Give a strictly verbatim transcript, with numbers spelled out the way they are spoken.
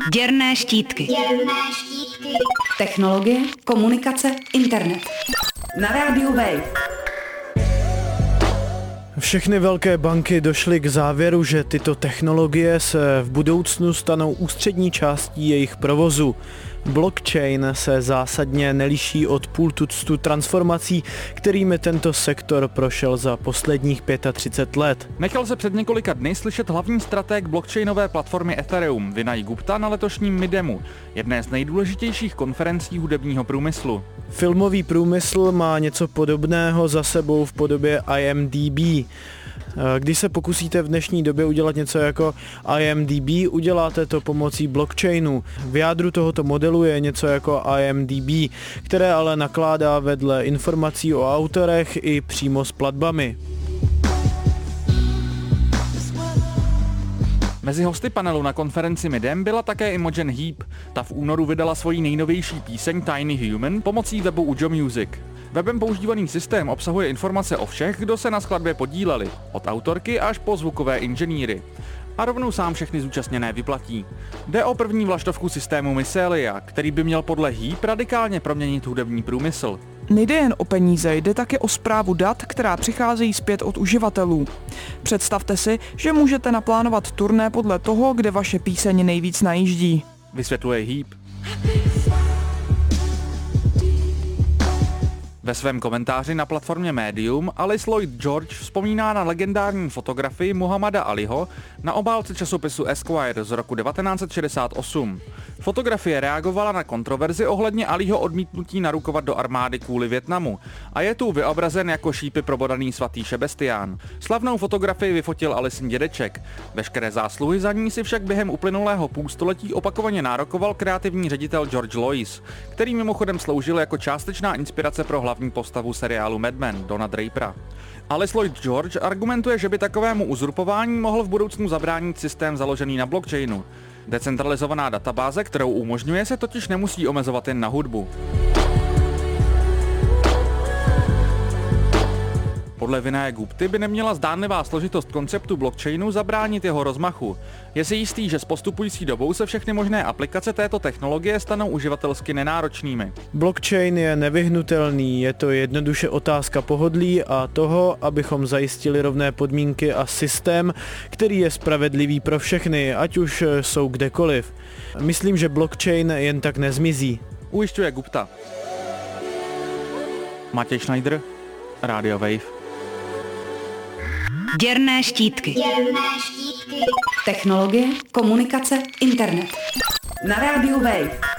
Děrné štítky. Děrné štítky. Technologie, komunikace, internet. Na rádiu Wave. Všechny velké banky došly k závěru, že tyto technologie se v budoucnu stanou ústřední částí jejich provozu. Blockchain se zásadně neliší od půl tuctu transformací, kterými tento sektor prošel za posledních třicet pět let. Nechal se před několika dny slyšet hlavní stratég blockchainové platformy Ethereum, Vinay Gupta, na letošním Midemu, jedné z nejdůležitějších konferencí hudebního průmyslu. Filmový průmysl má něco podobného za sebou v podobě I M D B. Když se pokusíte v dnešní době udělat něco jako I M D B, uděláte to pomocí blockchainu. V jádru tohoto modelu je něco jako I M D B, které ale nakládá vedle informací o autorech i přímo s platbami. Mezi hosty panelu na konferenci Midem byla také Imogen Heap. Ta v únoru vydala svoji nejnovější píseň Tiny Human pomocí webu Ujo Music. Webem používaný systém obsahuje informace o všech, kdo se na skladbě podíleli, od autorky až po zvukové inženýry. A rovnou sám všechny zúčastněné vyplatí. Jde o první vlaštovku systému Mycelia, který by měl podle Heap radikálně proměnit hudební průmysl. Nejde jen o peníze, jde také o správu dat, která přicházejí zpět od uživatelů. Představte si, že můžete naplánovat turné podle toho, kde vaše píseň nejvíc najíždí. Vysvětluje Heap. Ve svém komentáři na platformě Medium Alice Lloyd George vzpomíná na legendární fotografii Muhammada Aliho na obálce časopisu Esquire z roku devatenáct set šedesát osm. Fotografie reagovala na kontroverzi ohledně Aliho odmítnutí narukovat do armády kvůli Vietnamu a je tu vyobrazen jako šípy probodaný svatý Šebestián. Slavnou fotografii vyfotil Alicin dědeček. Veškeré zásluhy za ní si však během uplynulého půlstoletí opakovaně nárokoval kreativní ředitel George Lois, který mimochodem sloužil jako částečná inspirace pro hlavní postavu seriálu Mad Men, Donna Drapera. Alice Lloyd George argumentuje, že by takovému uzurpování mohl v budoucnu zabránit systém založený na blockchainu. Decentralizovaná databáze, kterou umožňuje, se totiž nemusí omezovat jen na hudbu. Podle Vinaye Gupty by neměla zdánlivá složitost konceptu blockchainu zabránit jeho rozmachu. Je si jistý, že s postupující dobou se všechny možné aplikace této technologie stanou uživatelsky nenáročnými. Blockchain je nevyhnutelný, je to jednoduše otázka pohodlí a toho, abychom zajistili rovné podmínky a systém, který je spravedlivý pro všechny, ať už jsou kdekoliv. Myslím, že blockchain jen tak nezmizí. Ujišťuje Gupta. Matěj Schneider, Radio Wave. Děrné štítky. Děrné štítky. Technologie, komunikace, internet. Na rádiu Wave.